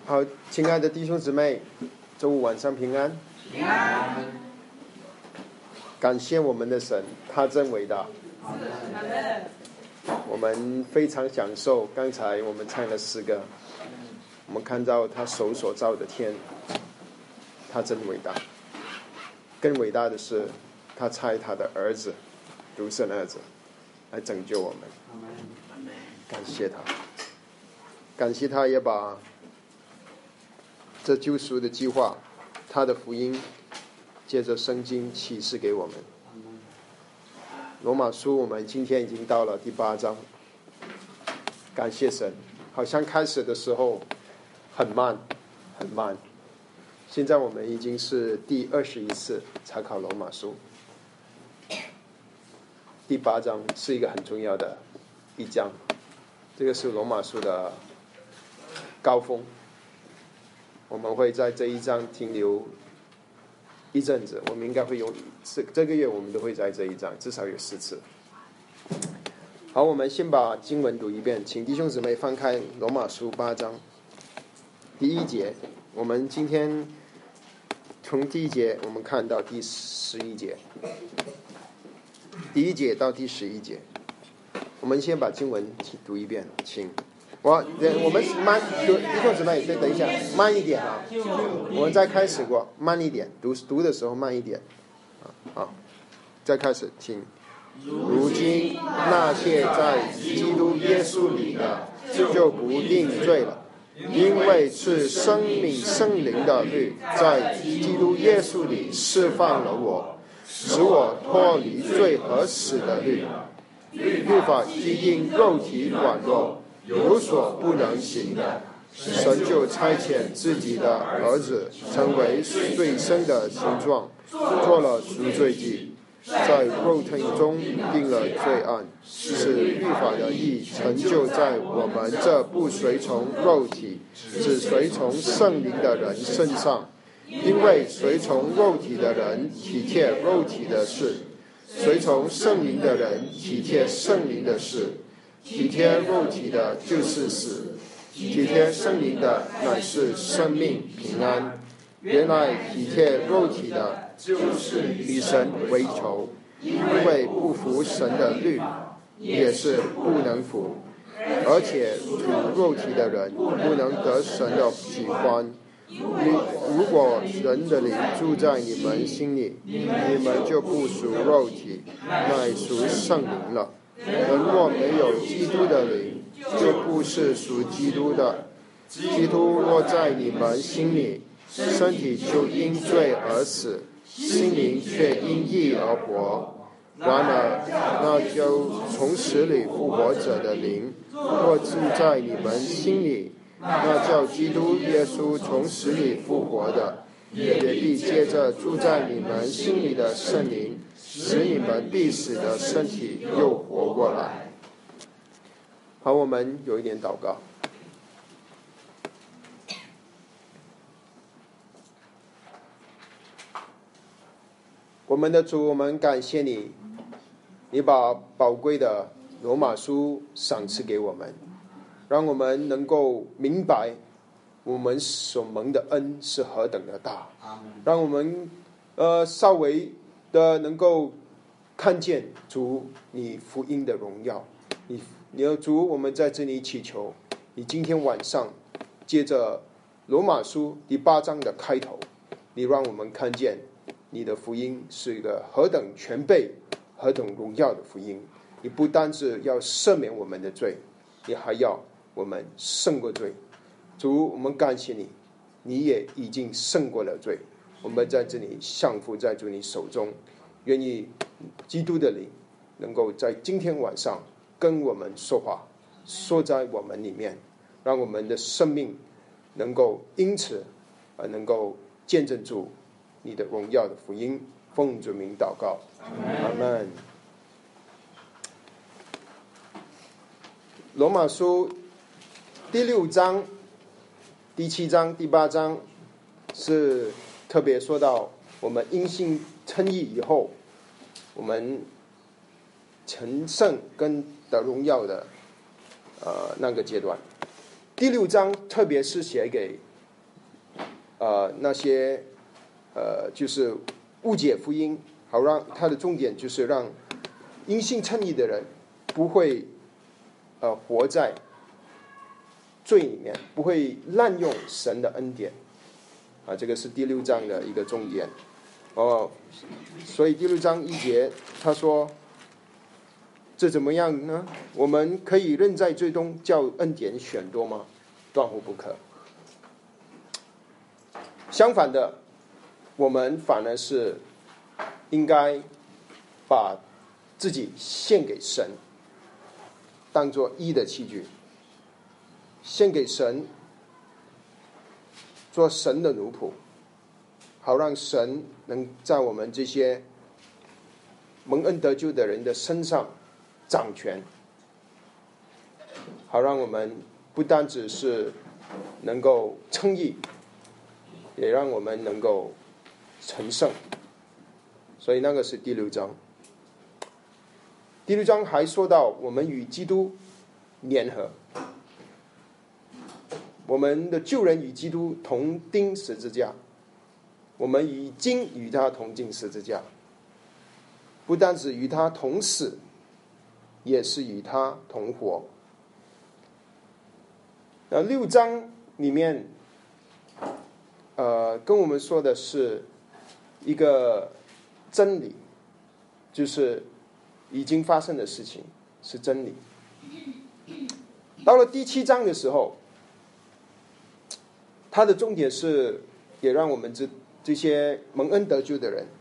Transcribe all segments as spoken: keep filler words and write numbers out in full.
好，亲爱的弟兄姊妹，周五晚上平安。 平安。 感谢我们的神，他真伟大。我们非常享受刚才我们唱的诗歌，我们看到他手所造的天，他真伟大。更伟大的是，他差他的儿子，独生儿子，来拯救我们。感谢他，感谢他也把这救赎的计划，他的福音借着圣经启示给我们。罗马书我们今天已经到了第八章，感谢神，好像开始的时候很慢很慢，现在我们已经是第二十一次查考罗马书。第八章是一个很重要的一章，这个是罗马书的高峰，我们会在这一章停留一阵子，我们应该会用这这个月我们都会在这一章至少有四次。好，我们先把经文读一遍，请弟兄姊妹翻开罗马书八章第一节。我们今天从第一节我们看到第十一节，第一节到第十一节，我们先把经文读一遍，请。我我们慢，弟兄姊妹，再等一下，慢一点啊！我们再开始过，慢一点，读读的时候慢一点，啊，好，再开始，请。如今那些在基督耶稣里的，就不定罪了，因为是生命圣灵的律在基督耶稣里释放了我，使我脱离罪和死的律。律法既因肉体软弱有所不能行的，神就差遣自己的儿子成为罪身的形状，做了赎罪祭，在肉体中定了罪案，使律法的义成就在我们这不随从肉体只随从圣灵的人身上。因为随从肉体的人体贴肉体的事，随从圣灵的人体贴圣灵的事。体贴肉体的就是死，体贴圣灵的乃是生命平安。原来体贴肉体的就是与神为仇，因为不服神的律，也是不能服，而且属肉体的人不能得神的喜欢。如果神的灵住在你们心里，你们就不属肉体，乃属圣灵了。人若没有基督的灵，就不是属基督的。基督若在你们心里，身体就因罪而死，心灵却因义而活。然而那就从死里复活者的灵若住在你们心里，那叫基督耶稣从死里复活的，也必接着住在你们心里的圣灵，使你们必死的身体又活过来。好，我们有一点祷告。我们的主，我们感谢你，你把宝贵的罗马书赏赐给我们，让我们能够明白我们所蒙的恩是何等的大，让我们呃稍微的能够看见主你福音的荣耀。你你的主，我们在这里祈求你今天晚上接着罗马书第八章的开头，你让我们看见你的福音是一个何等全备何等荣耀的福音。你不单是要赦免我们的罪，你还要我们胜过罪。主，我们感谢你，你也已经胜过了罪。我们在这里降服在主你手中，愿意基督的灵能够在今天晚上跟我们说话，说在我们里面，让我们的生命能够因此而能够见证住你的荣耀的福音。奉主名祷告，阿们。罗马书第六章、第七章、第八章是特别说到我们因信称义以后，我们成圣跟得荣耀的呃那个阶段。第六章特别是写给呃那些呃就是误解福音，好让他的重点就是让因信称义的人不会呃活在罪里面，不会滥用神的恩典啊，这个是第六章的一个重点哦。所以第六章一节他说，这怎么样呢？我们可以任在罪中，叫恩典选多吗？断乎不可。相反的，我们反而是应该把自己献给神，当作义的器具，献给神，做神的奴仆，好让神能在我们这些蒙恩得救的人的身上掌权，好让我们不单只是能够称义，也让我们能够成圣。所以那个是第六章。第六章还说到我们与基督联合，我们的旧人与基督同钉十字架，我们已经与他同进十字架，不单是与他同死，也是与他同活。那六章里面呃，跟我们说的是一个真理，就是已经发生的事情是真理。到了第七章的时候，它的重点是也让我们这这些蒙恩得救的人，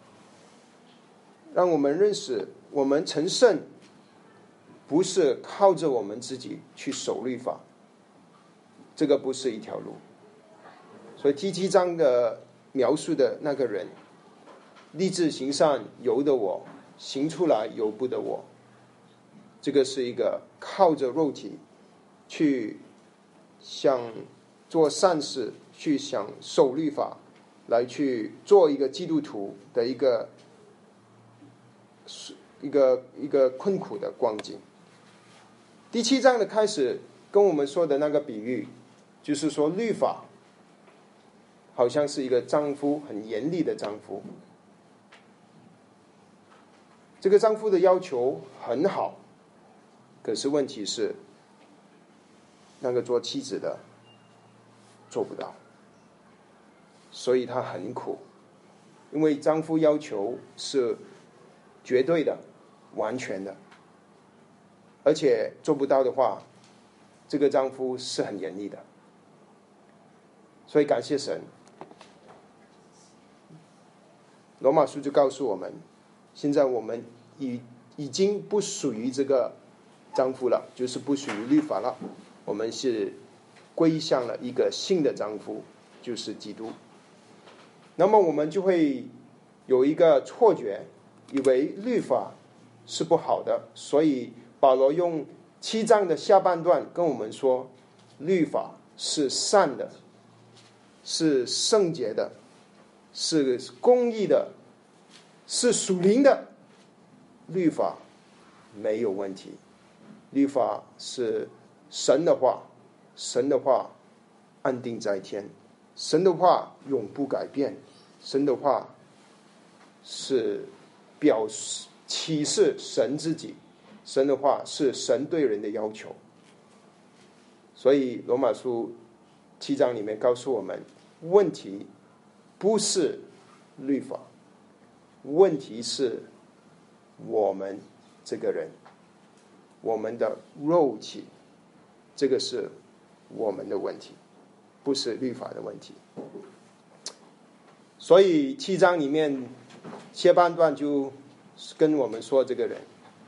让我们认识我们成圣不是靠着我们自己去守律法，这个不是一条路。所以第七章的描述的那个人，立志行善由得我，行出来由不得我，这个是一个靠着肉体去想做善事，去想守律法，来去做一个基督徒的一个一个一个困苦的光景。第七章的开始跟我们说的那个比喻，就是说律法好像是一个丈夫，很严厉的丈夫，这个丈夫的要求很好，可是问题是那个做妻子的做不到，所以她很苦，因为丈夫要求是绝对的、完全的，而且做不到的话，这个丈夫是很严厉的。所以感谢神，罗马书就告诉我们，现在我们已已经不属于这个丈夫了，就是不属于律法了，我们是归向了一个新的丈夫，就是基督。那么我们就会有一个错觉，以为律法是不好的，所以保罗用七章的下半段跟我们说，律法是善的，是圣洁的，是公义的，是属灵的，律法没有问题。律法是神的话，神的话安定在天，神的话永不改变，神的话是表示启示神自己，神的话是神对人的要求。所以罗马书七章里面告诉我们，问题不是律法，问题是我们这个人，我们的肉体，这个是我们的问题，不是律法的问题。所以七章里面前半段就跟我们说，这个人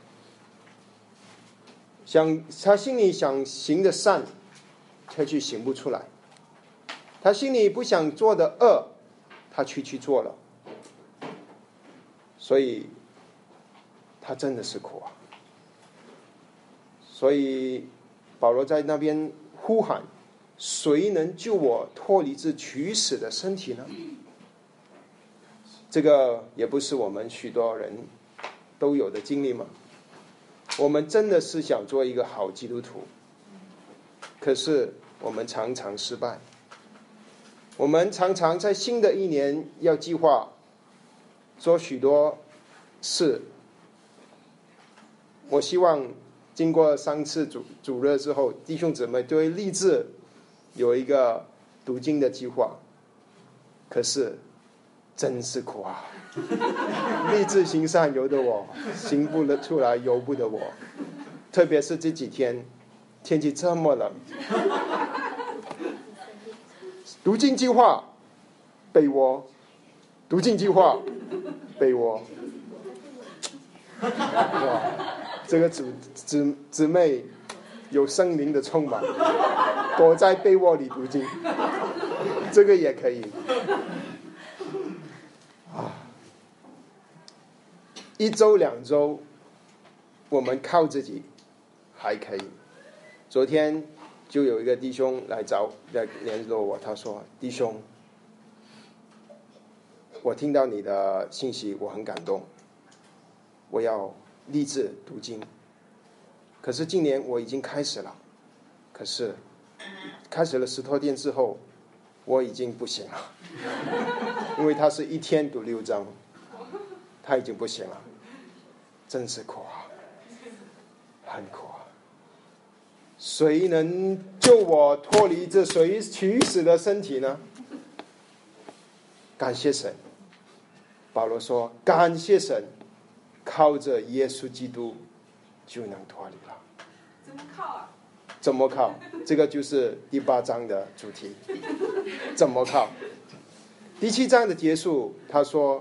想他心里想行的善，却去行不出来；他心里不想做的恶，他去去做了。所以他真的是苦啊！所以保罗在那边呼喊：谁能救我脱离这取死的身体呢？这个也不是我们许多人都有的经历吗？我们真的是想做一个好基督徒，可是我们常常失败。 我们常常在新的一年要计划做许多事。我希望经过三次主主日之后，弟兄姊妹都会立志有一个读经的计划。可是真是苦啊！立志行善由得我，行不得出来由不得我。特别是这几天天气这么冷，读经计划被窝，读经计划被窝。哇，这个姊姊姊妹有圣灵的充满，躲在被窝里读经，这个也可以。啊，一周两周，我们靠自己还可以。昨天就有一个弟兄来找来联络我，他说：“弟兄，我听到你的信息，我很感动，我要立志读经。可是今年我已经开始了，可是开始了十多天之后，我已经不行了，因为他是一天读六章，他已经不行了，真是苦啊，很苦啊！谁能救我脱离这随取死的身体呢？感谢神。”保罗说：“感谢神，靠着耶稣基督就能脱离了。” 怎么靠啊？ 怎么靠？这个就是第八章的主题。怎么靠？第七章的结束，他说：“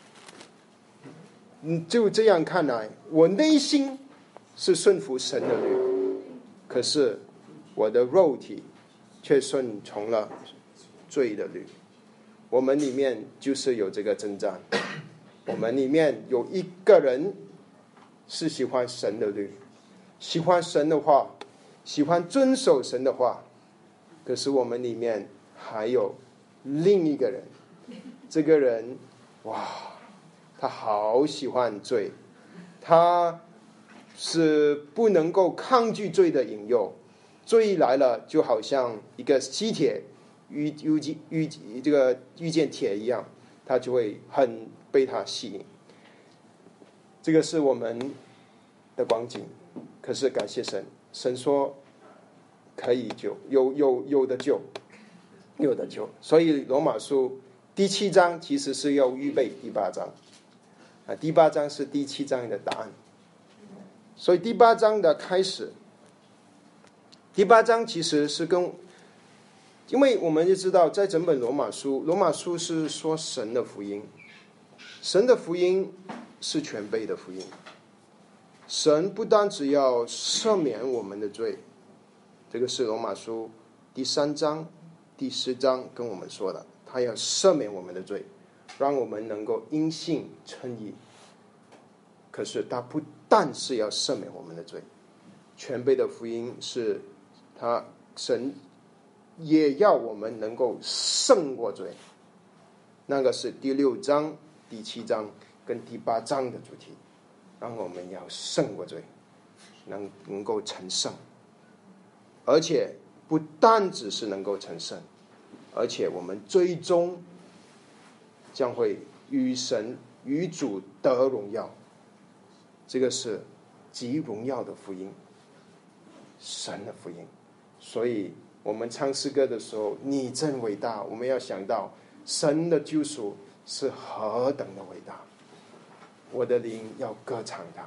嗯，就这样看来，我内心是顺服神的律，可是我的肉体却顺从了罪的律。”我们里面就是有这个征战，我们里面有一个人是喜欢神的律，喜欢神的话，喜欢遵守神的话，可是我们里面还有另一个人，这个人哇，他好喜欢罪，他是不能够抗拒罪的引诱，罪来了就好像一个吸铁遇遇遇这个遇见铁一样，他就会很被他吸引。这个是我们的光景，可是感谢神，神说可以救，有有有的救，有的救。所以罗马书第七章其实是要预备第八章啊，第八章是第七章的答案。所以第八章的开始，第八章其实是跟，因为我们就知道，在整本罗马书，罗马书是说神的福音，神的福音是全备的福音。神不单只要赦免我们的罪，这个是罗马书第三章、第十章跟我们说的，他要赦免我们的罪，让我们能够因信称义。可是他不但是要赦免我们的罪，全备的福音是他神也要我们能够胜过罪，那个是第六章、第七章跟第八章的主题，让我们要胜过罪，能能够成圣，而且不单只是能够成圣，而且我们最终将会与神与主得荣耀，这个是极荣耀的福音，神的福音。所以我们唱诗歌的时候，你真伟大，我们要想到神的救赎是何等的伟大，我的灵要歌唱他。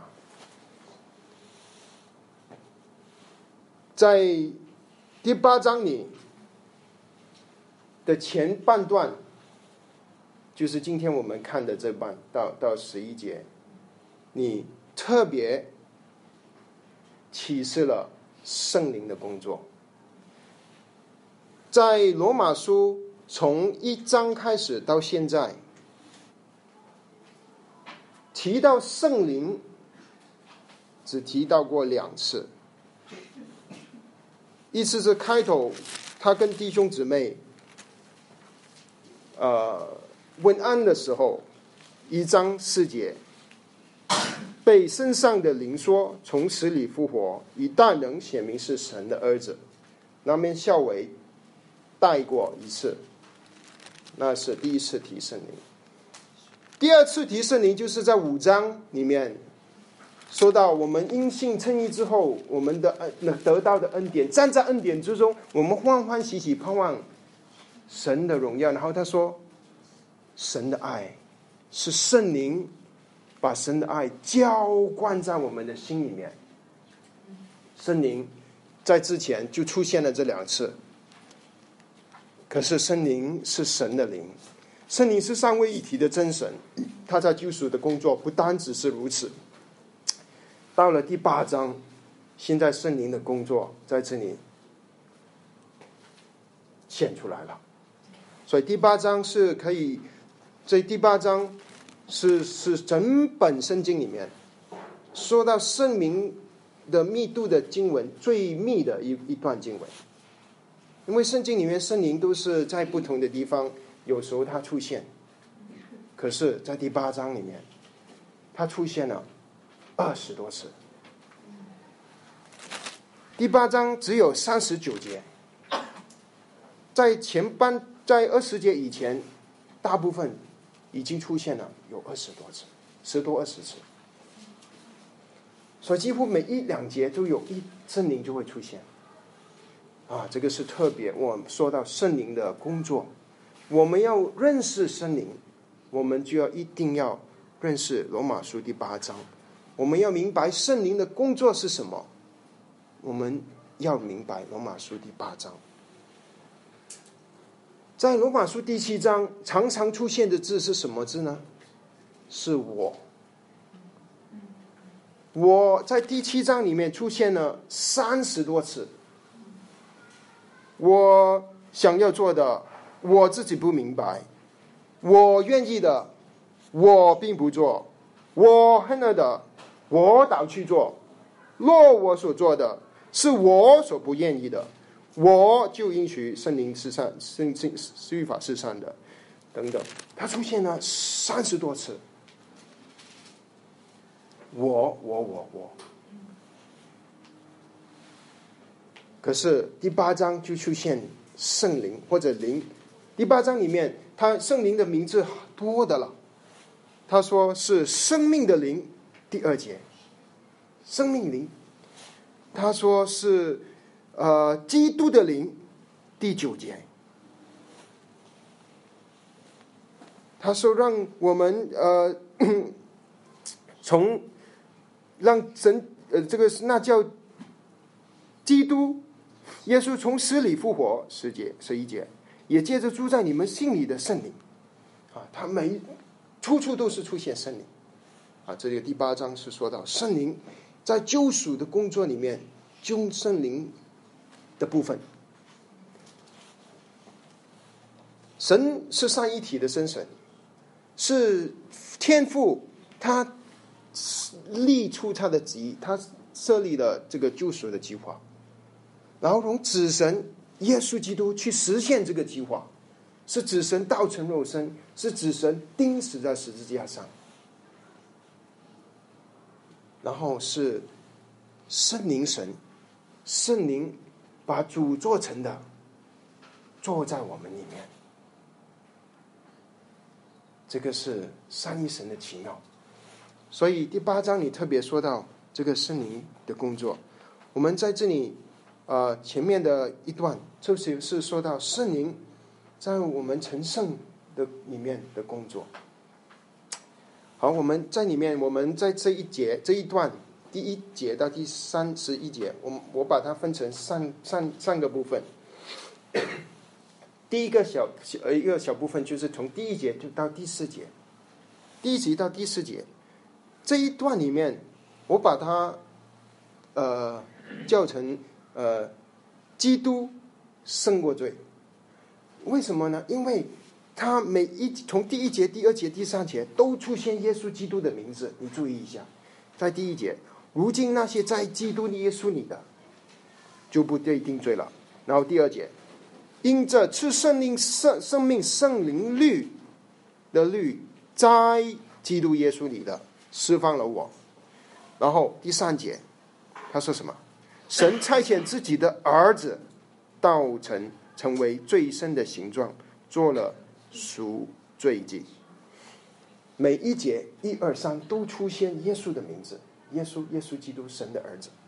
在第八章里的前半段，就是今天我们看的这半到到十一节，你特别启示了圣灵的工作。在罗马书从一章开始到现在，提到圣灵只提到过两次，一次是开头他跟弟兄姊妹呃问安的时候，一章四节，被身上的灵说从死里复活，以大能显明是神的儿子。那边校尉带过一次， 那是第一次提圣灵。第二次提圣灵就是在五章里面说到，我们因信称义之后，我们的恩得到的恩典，站在恩典之中，我们欢欢喜喜盼望神的荣耀。然后他说，神的爱是圣灵把神的爱浇灌在我们的心里面。圣灵在之前就出现了这两次，可是圣灵是神的灵，圣灵是三位一体的真神，他在救赎的工作不单只是如此。到了第八章，现在圣灵的工作在这里显出来了。所以第八章是可以，这第八章是是整本圣经里面说到圣灵的密度的经文最密的一一段经文。因为圣经里面圣灵都是在不同的地方，有时候它出现，可是在第八章里面它出现了二十多次。第八章只有三十九节，在前半在二十节以前，大部分已经出现了有二十多次，十多二十次。所以几乎每一两节都有一圣灵就会出现。啊，这个是特别。我说到圣灵的工作，我们要认识圣灵，我们就要一定要认识罗马书第八章。我们要明白圣灵的工作是什么，我们要明白罗马书第八章。在罗马书第七章常常出现的字是什么字呢？是我。我在第七章里面出现了三十多次。我想要做的，我自己不明白；我愿意的，我并不做；我恨了的，我倒去做；若我所做的是我所不愿意的，我就应许圣灵是善，圣圣律法是善的，等等。它出现了三十多次。我我我我。可是第八章就出现圣灵或者灵。第八章里面他圣灵的名字多的了，他说是生命的灵，第二节生命灵。他说是呃基督的灵，第九节。他说让我们呃从让神呃这个那叫基督耶稣从死里复活，十节十一节，也借着住在你们心里的圣灵啊，他每处处都是出现圣灵啊。这个第八章是说到圣灵在救赎的工作里面，救圣灵的部分。神是三一体的真神，是天父，他立出他的旨意，他设立了这个救赎的计划。然后从子神耶稣基督去实现这个计划，是子神道成肉身，是子神钉死在十字架上，然后是圣灵神，圣灵把主做成的坐在我们里面。这个是三一神的奇妙。所以第八章里特别说到这个圣灵的工作。我们在这里呃，前面的一段就是是说到圣灵在我们成圣的里面的工作。好，我们在里面，我们在这一节这一段第一节到第三十一节，我我把它分成三三三个部分。第一个小呃一个小部分就是从第一节就到第四节，第一节到第四节这一段里面，我把它呃叫成呃基督胜过罪。为什么呢？因为他每一从第一节、第二节、第三节都出现耶稣基督的名字。你注意一下，在第一节，如今那些在基督耶稣里的，就不被定罪了。然后第二节，因着赐圣灵圣生命圣灵律的律，在基督耶稣里的，释放了我。然后第三节，他说什么？神差遣自己的儿子道成成为最深的形状，做了赎罪祭。每一节一二三都出现耶稣的名字，耶稣，耶稣基督，神的儿子。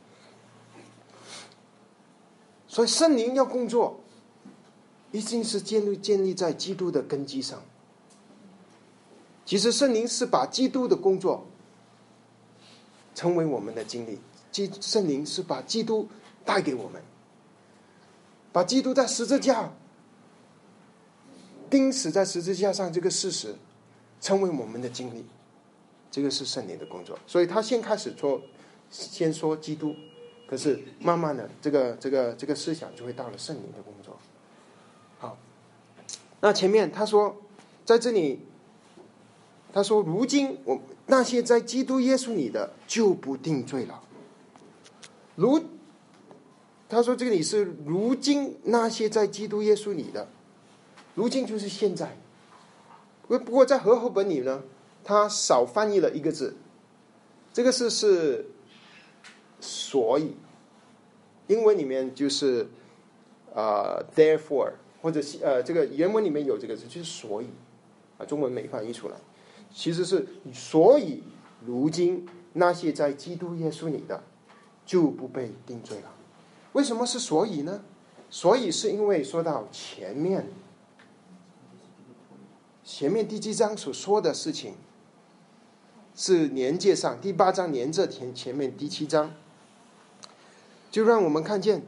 所以圣灵要工作，一定是建立建立在基督的根基上。其实圣灵是把基督的工作成为我们的经历，基圣灵是把基督带给我们，把基督在十字架钉死在十字架上这个事实成为我们的经历，这个是圣灵的工作。所以他先开始说，先说基督，可是慢慢的这个这个这个思想就会到了圣灵的工作。好，那前面他说在这里他说如今我那些在基督耶稣里的就不定罪了。如他说这里是如今那些在基督耶稣里的，如今就是现在。不过在和合本里呢，他少翻译了一个字，这个字是所以，英文里面就是呃 therefore， 或者呃这个原文里面有这个字，就是所以啊，中文没翻译出来，其实是所以如今那些在基督耶稣里的就不被定罪了。为什么是所以呢？所以是因为说到前面前面第七章所说的事情是连接上，第八章连着前前面第七章，就让我们看见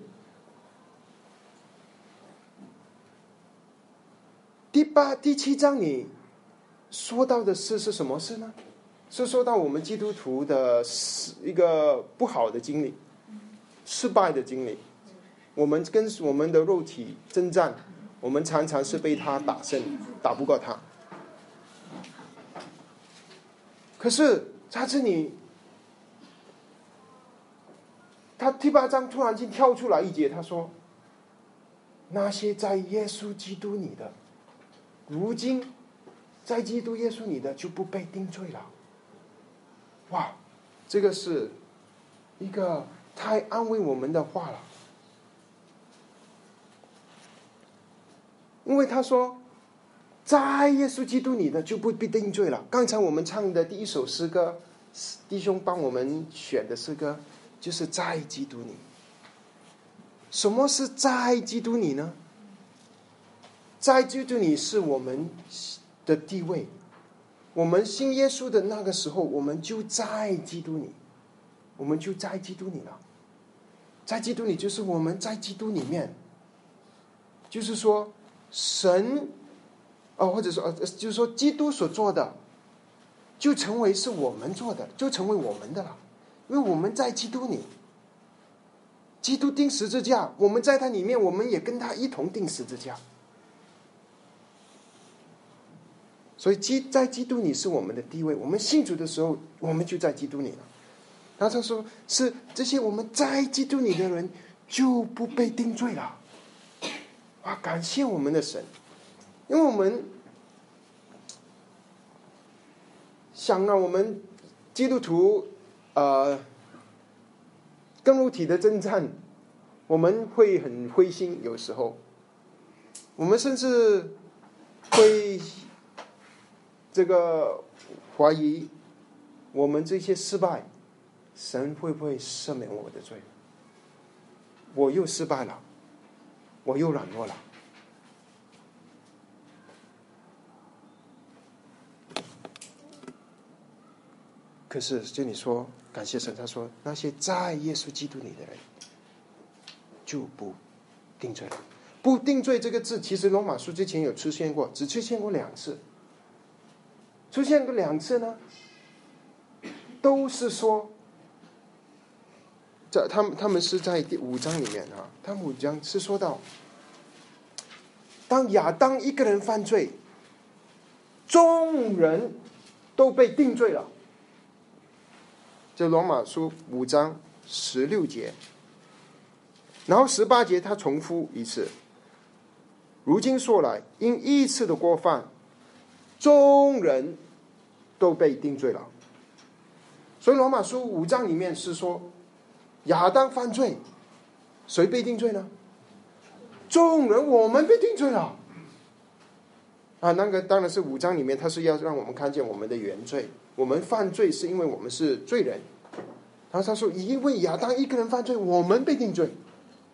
第八第七章里说到的事是什么事呢？是说到我们基督徒的一个不好的经历，失败的经历。我们跟我们的肉体征战，我们常常是被他打胜，打不过他。可是在这里，他第八章突然间跳出来一节，他说：“那些在耶稣基督里的，如今在基督耶稣里的就不被定罪了。”哇，这个是一个太安慰我们的话了。因为他说在耶稣基督里的就不被定罪了。刚才我们唱的第一首诗歌，弟兄帮我们选的诗歌就是在基督里。什么是在基督里呢？在基督里是我们的地位，我们信耶稣的那个时候，我们就在基督里，我们就在基督里了。在基督里就是我们在基督里面，就是说神哦，或者说就是说基督所做的就成为是我们做的，就成为我们的了。因为我们在基督里，基督钉十字架，我们在他里面，我们也跟他一同钉十字架。所以基在基督里是我们的地位，我们信主的时候，我们就在基督里了。然后他说是这些我们在基督里的人就不被定罪了。啊，感谢我们的神，因为我们想让我们基督徒呃跟肉体的征战，我们会很灰心，有时候我们甚至会这个怀疑我们这些失败，神会不会赦免我的罪？我又失败了，我又软弱了。可是这里说感谢神，他说那些在耶稣基督里的人就不定罪了。不定罪这个字其实罗马书之前有出现过，只出现过两次。出现过两次呢，都是说在他们他们是在第五章里面啊，他们五章是说到当亚当一个人犯罪，众人都被定罪了。这罗马书五章十六节，然后十八节他重复一次。如今说来，因一次的过犯，众人都被定罪了。所以罗马书五章里面是说亚当犯罪，谁被定罪呢？众人，我们被定罪了。 啊，那个当然是五章里面，他是要让我们看见我们的原罪，我们犯罪是因为我们是罪人。然后他说，因为亚当一个人犯罪，我们被定罪。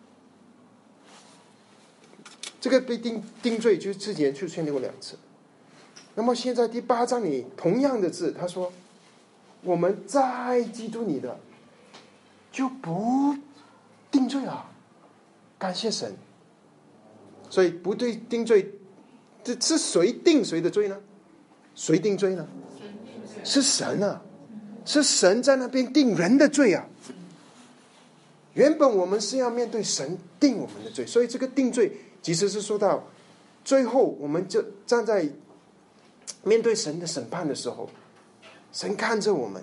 这个被定定罪就之前出现过两次。那么现在第八章里同样的字，他说我们在基督里的就不定罪了，感谢神。所以不对定罪，这是谁定谁的罪呢？谁定罪呢？是神啊，是神在那边定人的罪啊。原本我们是要面对神定我们的罪，所以这个定罪其实是说到最后，我们就站在面对神的审判的时候，神看着我们，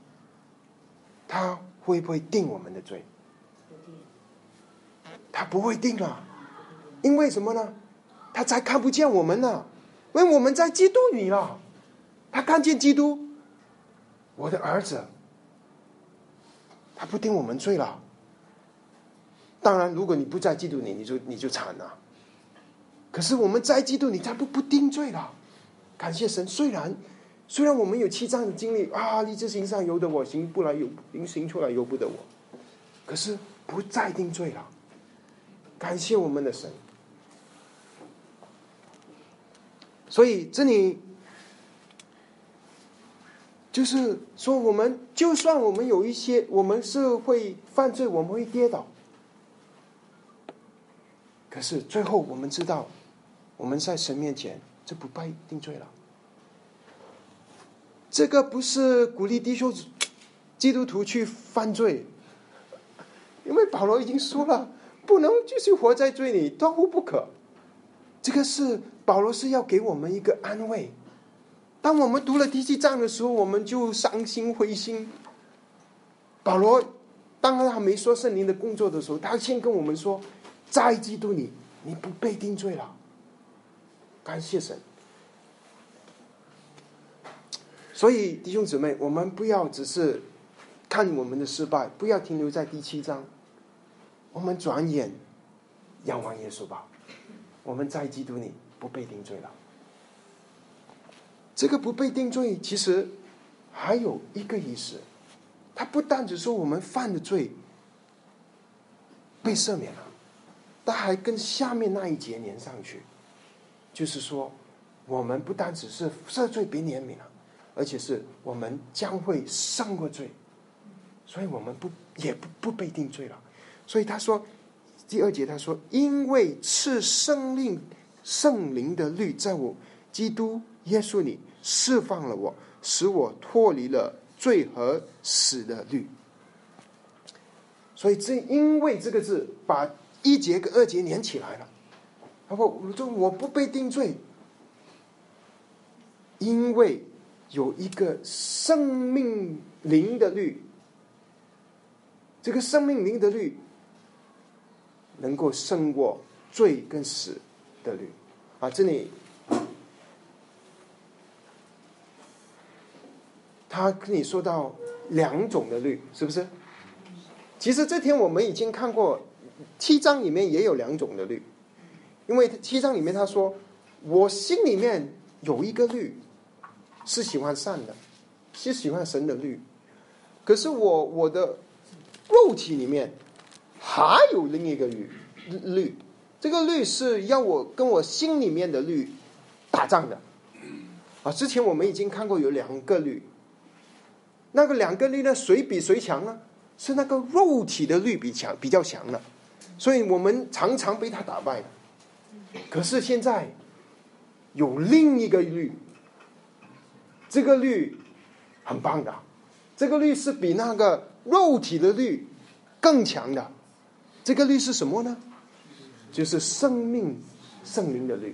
他会不会定我们的罪？他不会定啊，因为什么呢？他才看不见我们呢，因为我们在基督里了。他看见基督，我的儿子，他不定我们罪了。当然，如果你不在基督里，你就你就惨了。可是我们在基督里，他不不定罪了。感谢神，虽然虽然我们有七章的经历啊，立志行上由得我，行不来由行出来由不得我，可是不再定罪了。感谢我们的神。所以这里就是说，我们就算我们有一些，我们是会犯罪，我们会跌倒，可是最后我们知道，我们在神面前这不被定罪了。这个不是鼓励弟兄基督徒去犯罪，因为保罗已经说了，不能继续活在罪里，断乎不可。这个是保罗是要给我们一个安慰。当我们读了第七章的时候，我们就伤心灰心。保罗当他还没说圣灵的工作的时候，他先跟我们说，在基督里你不被定罪了，感谢神。所以弟兄姊妹，我们不要只是看我们的失败，不要停留在第七章，我们转眼仰望耶稣吧。我们在基督里不被定罪了。这个不被定罪其实还有一个意思，它不单只说我们犯的罪被赦免了，它还跟下面那一节连上去，就是说我们不单只是赦罪被怜悯了，而且是我们将会胜过罪，所以我们不也不不被定罪了。所以他说第二节，他说因为赐生命圣灵的律在我基督耶稣里释放了我，使我脱离了罪和死的律。所以这因为这个字把一节跟二节连起来了。他说我不被定罪，因为有一个生命灵的律，这个生命灵的律能够胜过罪跟死的律啊！这里他跟你说到两种的律，是不是？其实这天我们已经看过，七章里面也有两种的律，因为七章里面他说，我心里面有一个律是喜欢善的，是喜欢神的律，可是我我的肉体里面还有另一个律律，这个律是要我跟我心里面的律打仗的啊！之前我们已经看过有两个律，那个两个律呢，谁比谁强呢？是那个肉体的律比强比较强了，所以我们常常被他打败了。可是现在有另一个律，这个律很棒的，这个律是比那个肉体的律更强的。这个律是什么呢？就是生命圣灵的律。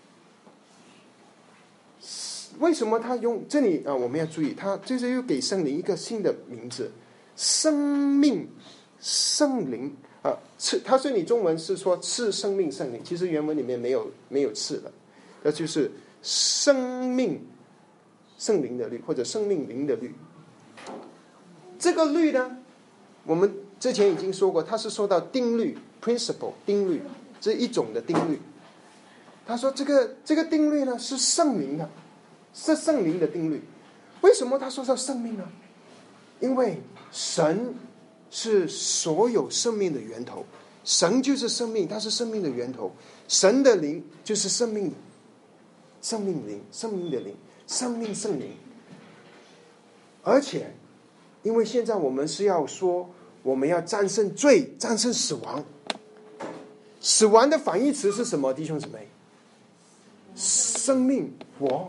为什么他用这里啊？我们要注意，他就是又给圣灵一个新的名字，生命圣灵啊。赐，他说你中文是说赐生命圣灵，其实原文里面没有没有赐的，那就是生命圣灵的律，或者生命灵的律。这个律呢，我们之前已经说过，它是说到定律 principle 定律，这一种的定律。 他说这个这个定律呢是圣灵的，是圣灵的定律。为什么他说叫生命呢？因为神是所有生命的源头，神就是生命，它是生命的源头。神的灵就是生命，生命灵，生命的灵，生命圣灵。而且因为现在我们是要说我们要战胜罪，战胜死亡。死亡的反义词是什么？弟兄姊妹，生命活，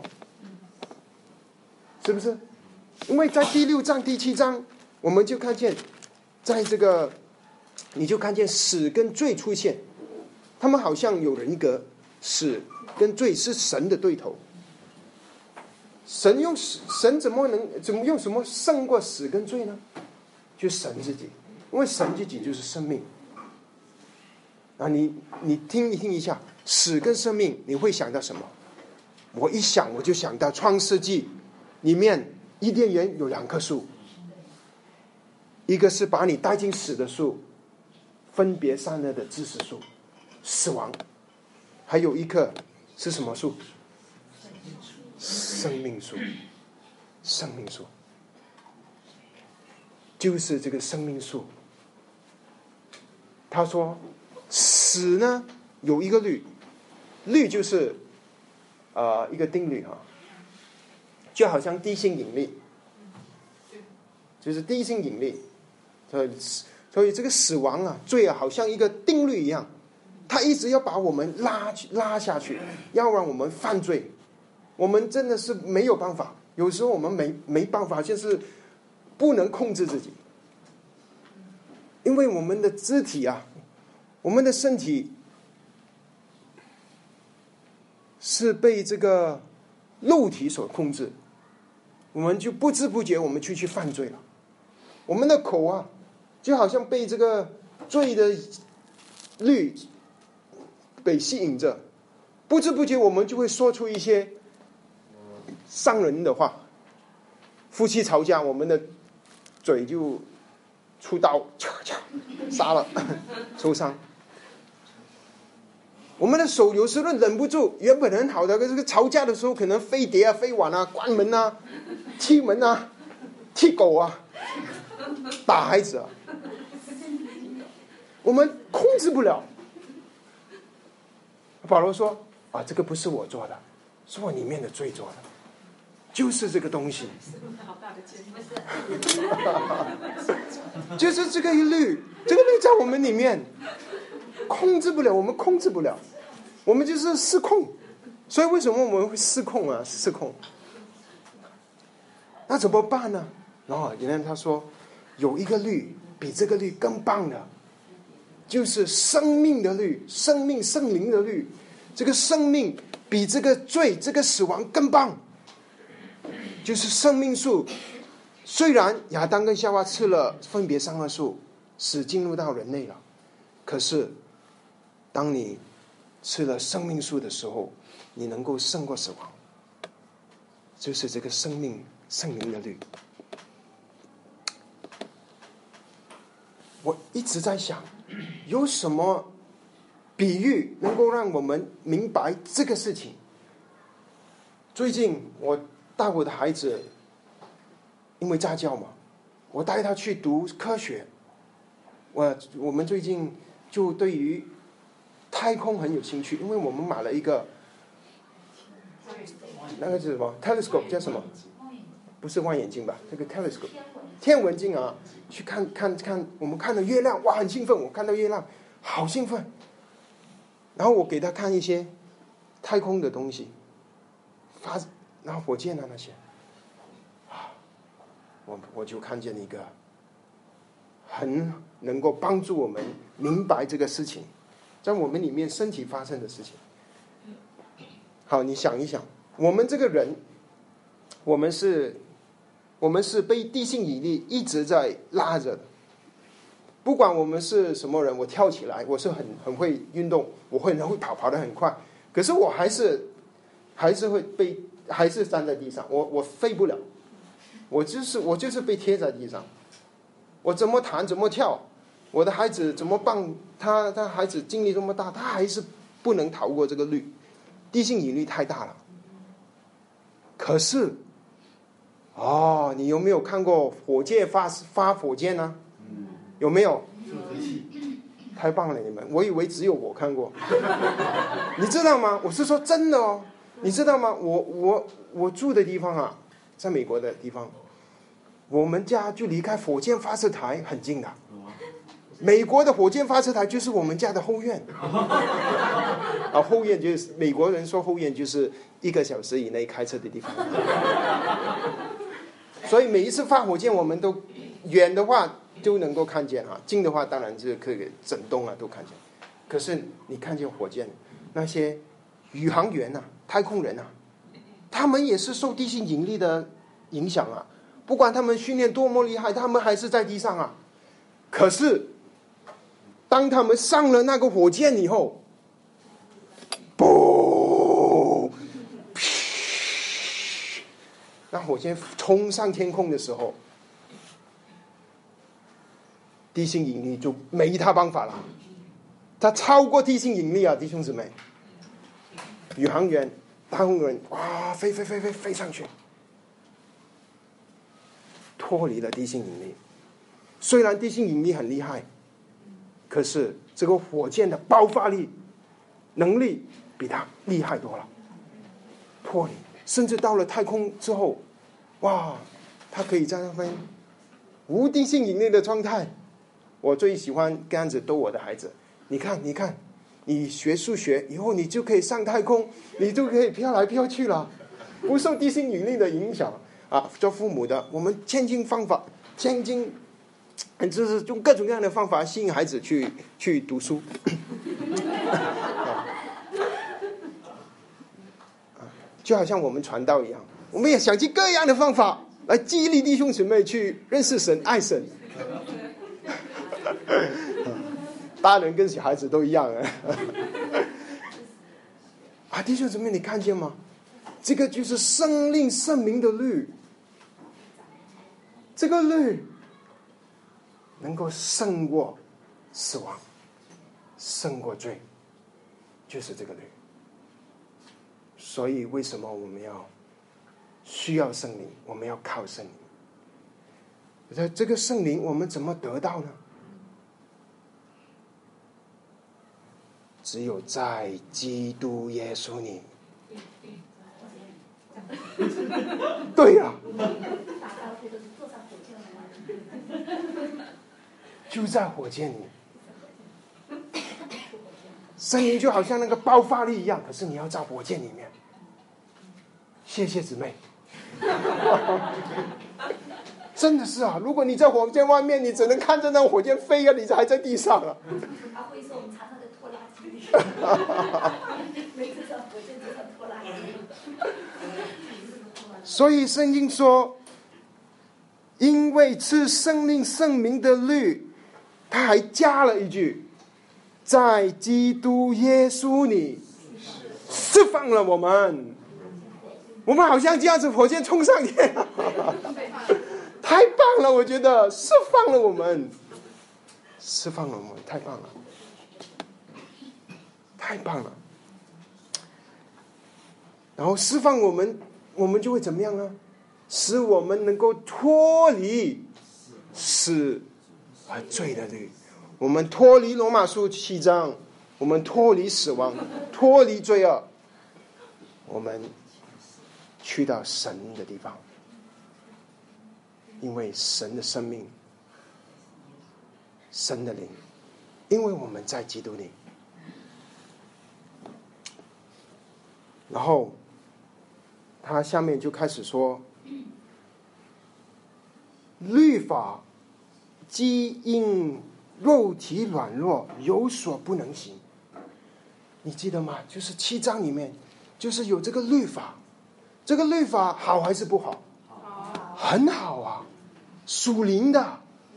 是不是？因为在第六章第七章我们就看见，在这个你就看见死跟罪出现，他们好像有人格，死跟罪是神的对头。神用神怎么能怎么用什么胜过死跟罪呢？就神自己，因为神自己就是生命啊！你你听一听一下，死跟生命，你会想到什么？我一想我就想到创世纪里面伊甸园有两棵树，一个是把你带进死的树，分别善恶的知识树，死亡；还有一棵是什么树？生命树。生命树就是这个生命树。他说死呢有一个律，律就是呃一个定律哈，就好像地心引力，就是地心引力。所以所以这个死亡啊，罪啊，好像一个定律一样，它一直要把我们拉拉下去，要让我们犯罪。我们真的是没有办法，有时候我们没没办法，就是不能控制自己，因为我们的肢体啊，我们的身体是被这个肉体所控制，我们就不知不觉我们就去犯罪了。我们的口啊，就好像被这个罪的律被吸引着，不知不觉我们就会说出一些伤人的话。夫妻吵架，我们的嘴就出刀，杀了，受伤。我们的手有时候忍不住，原本很好的，这个吵架的时候可能飞碟啊、飞碗啊、关门啊、踢门啊、踢狗啊、打孩子啊，我们控制不了。保罗说啊，这个不是我做的，是我里面的罪做的，就是这个东西，就是这个律，这个律在我们里面控制不了，我们控制不了，我们就是失控。所以为什么我们会失控啊？失控，那怎么办呢？然后原来他说有一个律比这个律更棒的，就是生命的律，生命圣灵的律。这个生命比这个罪这个死亡更棒，就是生命树。虽然亚当跟夏娃吃了分别善恶树，死进入到人类了，可是当你吃了生命树的时候，你能够胜过死亡，就是这个生命圣灵的律。我一直在想，有什么比喻能够让我们明白这个事情。最近我带我的孩子，因为家教嘛，我带他去读科学。我我们最近就对于太空很有兴趣，因为我们买了一个那个是什么 telescope 叫什么？不是望远镜吧？这个 telescope 天文镜啊，去看看看，我们看到月亮，哇，很兴奋！我看到月亮，好兴奋。然后我给他看一些太空的东西，发，然后火箭啊那些，啊，我我就看见一个很能够帮助我们明白这个事情，在我们里面身体发生的事情。好，你想一想，我们这个人，我们是，我们是被地心引力一直在拉着的。不管我们是什么人，我跳起来，我是很很会运动，我会会跑跑得很快，可是我还是还是会被还是站在地上，我我飞不了，我就是我就是被贴在地上，我怎么弹怎么跳，我的孩子怎么办？他他孩子精力这么大，他还是不能逃过这个律。 地心引力太大了。可是，哦，你有没有看过火箭发发火箭呢？有没有？太棒了，你们！我以为只有我看过。你知道吗？我是说真的哦。你知道吗？我我我住的地方啊，在美国的地方，我们家就离开火箭发射台很近的。美国的火箭发射台就是我们家的后院。啊，后院就是美国人说后院就是一个小时以内开车的地方。所以每一次发火箭，我们都远的话就能够看见啊，近的话当然是可以整栋啊都看见。可是你看见火箭，那些宇航员啊、太空人啊，他们也是受地心引力的影响啊。不管他们训练多么厉害，他们还是在地上啊。可是当他们上了那个火箭以后，嘣，那火箭冲上天空的时候，地心引力就没他办法了，它超过地心引力啊，弟兄姊妹！宇航员、太空人，哇，飞飞飞飞飞上去，脱离了地心引力。虽然地心引力很厉害，可是这个火箭的爆发力能力比它厉害多了，脱离，甚至到了太空之后，哇，它可以在那边无地心引力的状态。我最喜欢这样子逗我的孩子，你看，你看，你学数学以后，你就可以上太空，你就可以飘来飘去了，不受地心引力的影响啊！做父母的，我们千金方法，千金，就是用各种各样的方法吸引孩子去去读书。就好像我们传道一样，我们也想尽各样的方法来激励弟兄姊妹去认识神、爱神。大人跟小孩子都一样啊！弟兄姊妹，你看见吗？这个就是生命圣明的律，这个律能够胜过死亡，胜过罪，就是这个律。所以为什么我们要需要圣灵？我们要靠圣灵。这个圣灵我们怎么得到呢？只有在基督耶稣里。对呀、啊，就在火箭里。圣灵就好像那个爆发力一样，可是你要在火箭里面。谢谢姊妹。真的是啊！如果你在火箭外面，你只能看着那火箭飞啊，你还在地上啊。 阿辉说我们常常在拖拉机，每次在火箭就在拖拉机。 所以圣经说，因为是生命圣明的律，他还加了一句，在基督耶稣里释放了我们。我们好像这样子火箭冲上天、啊，太棒了！我觉得释放了我们，释放了我们，太棒了，太棒了。然后释放我们，我们就会怎么样呢？使我们能够脱离死和罪的律。我们脱离罗马书七章，我们脱离死亡，脱离罪恶，我们去到神的地方。因为神的生命，神的灵，因为我们在基督里。然后他下面就开始说，律法既因肉体软弱有所不能行。你记得吗？就是七章里面就是有这个律法，这个律法好还是不好？很好啊，属灵的、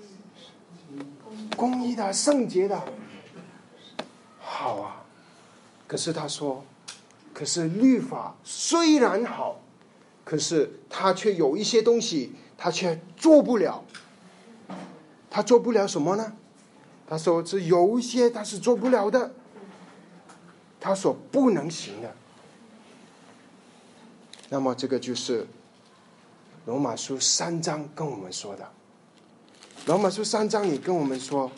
公义的、圣洁的，好啊。可是他说，可是律法虽然好，可是他却有一些东西他却做不了。他做不了什么呢？他说是有一些他是做不了的，他所不能行的。 那么这个就是罗马书三章跟我们说的。罗马书三章里跟我们说，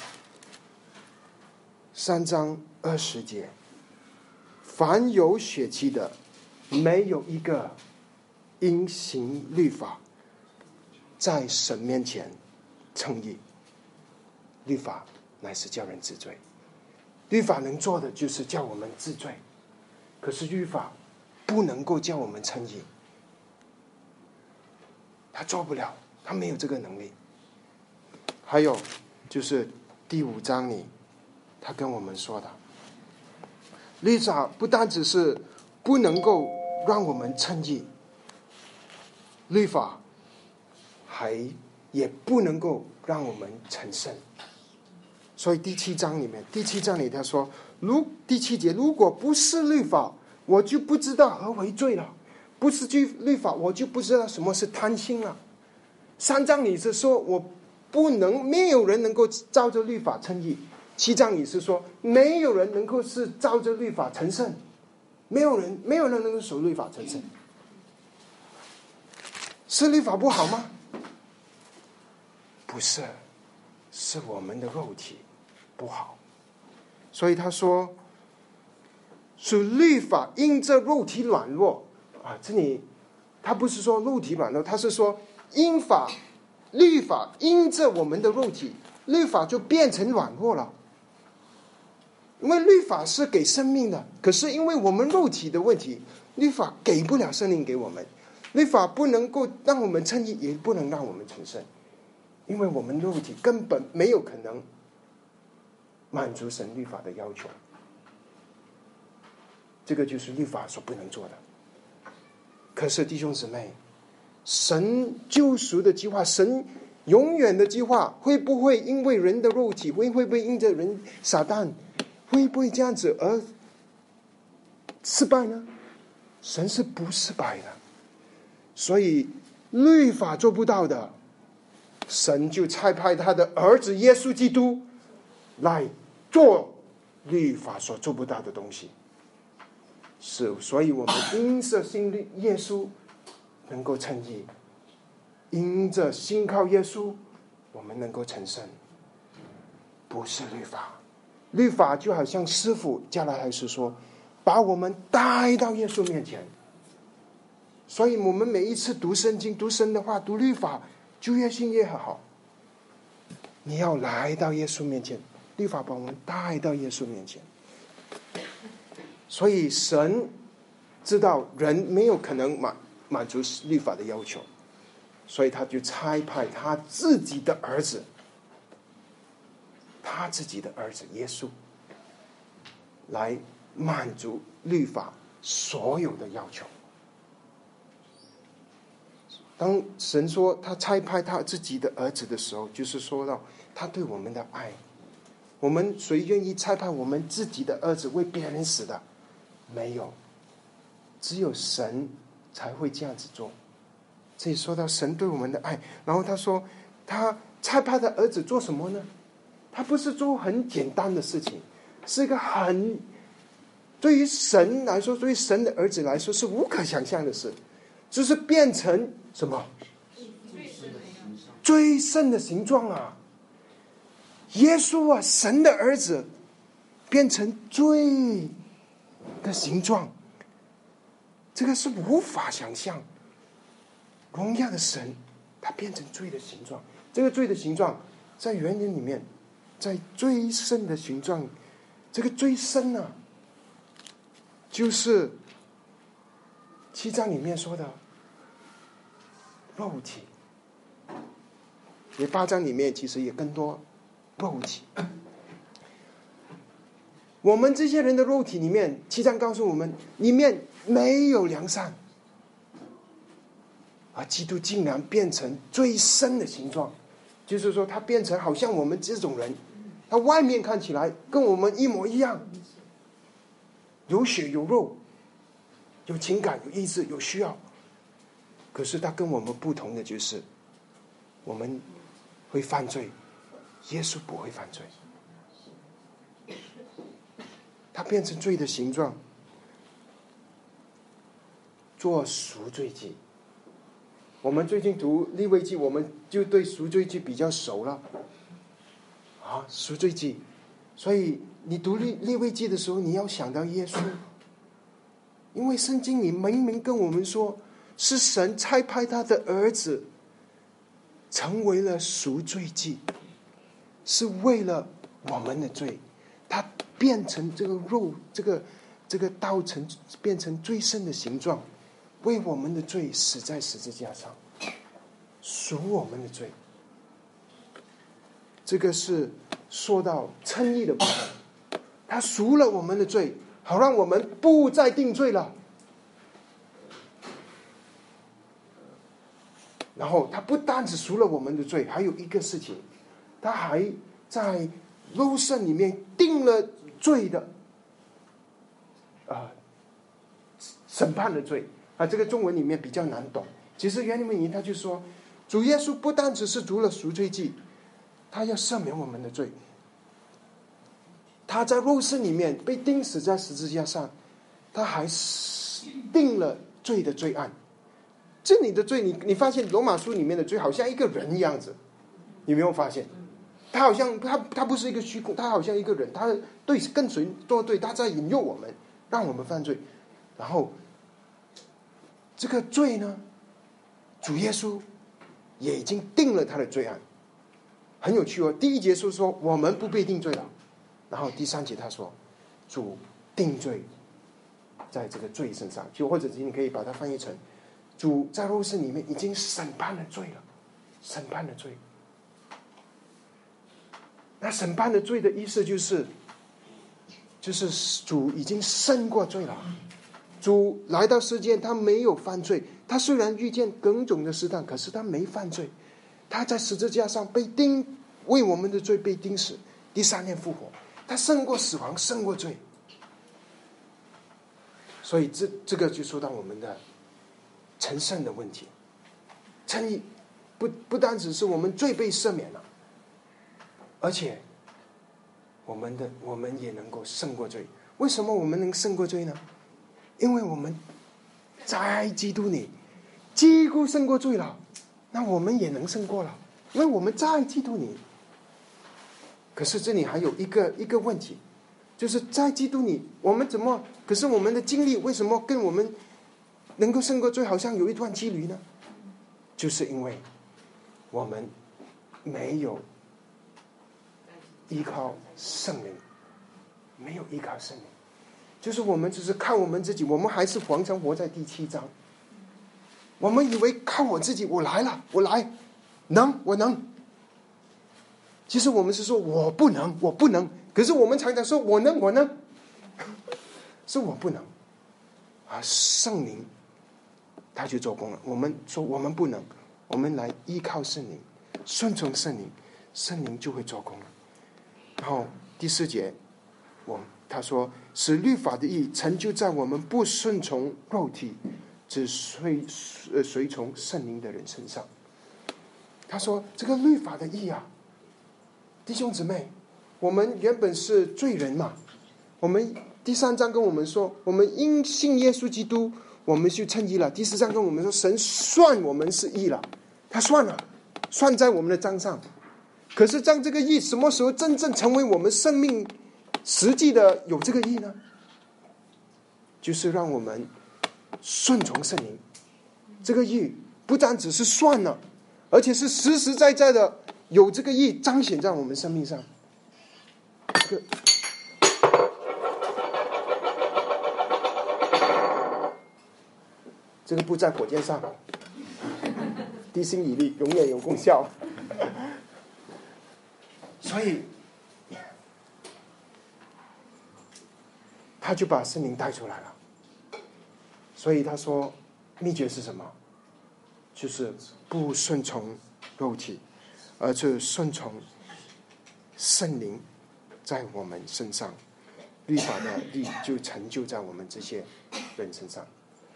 三章二十节，凡有血气的，没有一个因行律法在神面前称义。律法乃是叫人治罪，律法能做的就是叫我们治罪，可是律法不能够叫我们称义，他做不了，他没有这个能力。还有就是第五章里他跟我们说的，律法不单只是不能够让我们称义，律法还也不能够让我们成圣。所以第七章里面，第七章里他说，如第七节，如果不是律法，我就不知道何为罪了；不是律法，我就不知道什么是贪心了。三章里是说我不能，没有人能够照着律法称义。七章里是说没有人能够是照着律法成圣，没有人没有人能够守律法成圣。是律法不好吗？不是，是我们的肉体不好。所以他说是律法因着肉体软弱啊，这里他不是说肉体软弱，他是说因法律法因着我们的肉体，律法就变成软弱了。因为律法是给生命的，可是因为我们肉体的问题，律法给不了生命给我们，律法不能够让我们称义，也不能让我们成圣，因为我们肉体根本没有可能满足神律法的要求。这个就是律法所不能做的。可是弟兄姊妹，神救赎的计划，神永远的计划，会不会因为人的肉体，会会不会因着人撒旦，会不会这样子而失败呢？神是不失败的。所以律法做不到的，神就差派他的儿子耶稣基督来做律法所做不到的东西。是，所以我们因着信耶稣能够称义，因着信靠耶稣我们能够成圣，不是律法。律法就好像师傅，加拉太书说，把我们带到耶稣面前。所以我们每一次读圣经、读神的话、读律法，就越信越好。你要来到耶稣面前，律法把我们带到耶稣面前。所以神知道人没有可能满满足律法的要求，所以他就差派他自己的儿子，他自己的儿子耶稣来满足律法所有的要求。当神说他差派他自己的儿子的时候，就是说到他对我们的爱。我们谁愿意差派我们自己的儿子为别人死的？没有，只有神才会这样子做。这里说到神对我们的爱，然后他说他差派的儿子做什么呢？他不是做很简单的事情，是一个很对于神来说，对于神的儿子来说是无可想象的事，就是变成什么最圣的形状啊！耶稣啊，神的儿子变成罪的形状，这个是无法想象。荣耀的神他变成罪的形状，这个罪的形状在原文里面，在最深的形状，这个最深啊，就是七章里面说的肉体，也八章里面其实也更多肉体。我们这些人的肉体里面，七章告诉我们里面没有良善，而基督竟然变成最深的形状，就是说他变成好像我们这种人，他外面看起来跟我们一模一样，有血有肉，有情感有意志有需要，可是他跟我们不同的就是我们会犯罪，耶稣不会犯罪，他变成罪的形状。 做赎罪祭。我们最近读利未记，我们就对赎罪祭比较熟了啊，赎罪祭。所以你读利利未记的时候，你要想到耶稣，因为圣经里明明跟我们说，是神差派他的儿子成为了赎罪祭，是为了我们的罪，他变成这个肉，这个这个道成变成最深的形状，为我们的罪死在十字架上，赎我们的罪。这个是说到称义的部分，他赎了我们的罪，好让我们不再定罪了。然后他不单只赎了我们的罪，还有一个事情，他还在肉身里面定了罪的啊、呃、审判的罪啊，这个中文里面比较难懂。其实原文里他就说，主耶稣不单只是赎了赎罪祭，他要赦免我们的罪。他在肉身里面被钉死在十字架上，他还定了罪的罪案。这里的罪，你你发现罗马书里面的罪好像一个人一样子，你没有发现？他好像他他不是一个虚构，他好像一个人，他对跟谁作对，他在引诱我们，让我们犯罪。然后这个罪呢，主耶稣也已经定了他的罪案。很有趣哦，第一节说说我们不被定罪了，然后第三节他说主定罪在这个罪身上，就或者你可以把它翻译成主在肉身里面已经审判了罪了，审判了罪。那审判的罪的意思就是，就是主已经胜过罪了。主来到世间，他没有犯罪，他虽然遇见各种的试探，可是他没犯罪。他在十字架上被钉，为我们的罪被钉死，第三天复活，他胜过死亡，胜过罪。所以这这个就说到我们的成圣的问题。称义不不单只是我们罪被赦免了，而且我们的我们也能够胜过罪。为什么我们能胜过罪呢？因为我们在基督里几乎胜过罪了，那我们也能胜过了，因为我们在基督里。可是这里还有一个一个问题，就是在基督里我们怎么，可是我们的经历为什么跟我们能够胜过罪好像有一段距离呢？就是因为我们没有依靠圣灵，没有依靠圣灵，就是我们只是靠我们自己，我们还是常常活在第七章。我们以为靠我自己，我来了，我来，能，我能。其实我们是说我不能，我不能。可是我们常常说我能，我能，是我不能。啊，圣灵他就做工了。我们说我们不能，我们来依靠圣灵，顺从圣灵，圣灵就会做工了。然后第四节，我他说使律法的义成就在我们不顺从肉体，只随呃随从圣灵的人身上。他说这个律法的义啊，弟兄姊妹，我们原本是罪人嘛。我们第三章跟我们说，我们因信耶稣基督，我们就称义了。第四章跟我们说，神算我们是义了，他算了，算在我们的账上。可是当这个义什么时候真正成为我们生命实际的有这个义呢？就是让我们顺从圣灵。这个义不单只是算了，而且是实实在在的有这个义彰显在我们生命上。这个这个不在火箭上，地心引力永远有功效。所以他就把圣灵带出来了。所以他说秘诀是什么？就是不顺从肉体，而是顺从圣灵在我们身上，律法的力就成就在我们这些人身上。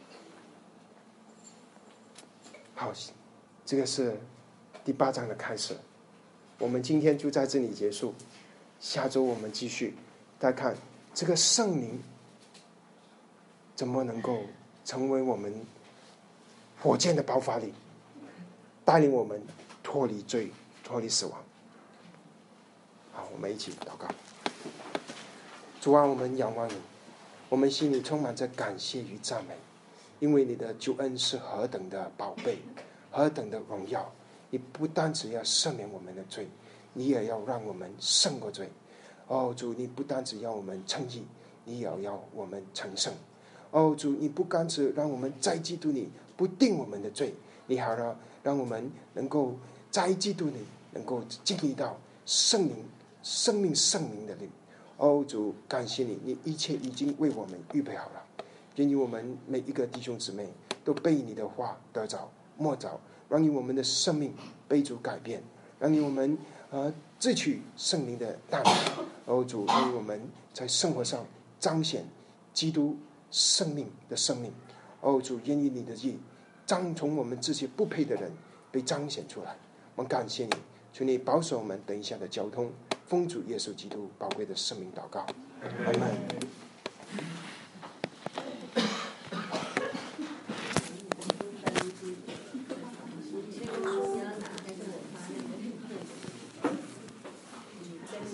好，这个是第八章的开始，我们今天就在这里结束，下周我们继续再看这个圣灵怎么能够成为我们火箭的爆发力，带领我们脱离罪，脱离死亡。好，我们一起祷告。主啊，我们仰望你，我们心里充满着感谢与赞美，因为你的救恩是何等的宝贝，何等的荣耀。你不单只要赦免我们的罪，你也要让我们胜过罪。哦，主，你不单只要我们称义，你也要我们成圣。哦，主，你不单只让我们在基督里不定我们的罪，你还让让我们能够在基督里能够经历到圣灵生命圣灵的灵。哦，主，感谢你，你一切已经为我们预备好了。愿意我们每一个弟兄姊妹都被你的话得着摸着，让我们的生命被主改变，让我们呃汲取圣灵的大能。哦，主，让我们在生活上彰显基督生命的生命。哦，主，愿意你的意彰从我们这些不配的人被彰显出来。我们感谢你，求你保守我们等一下的交通，奉主耶稣基督宝贵的生命祷告，阿们。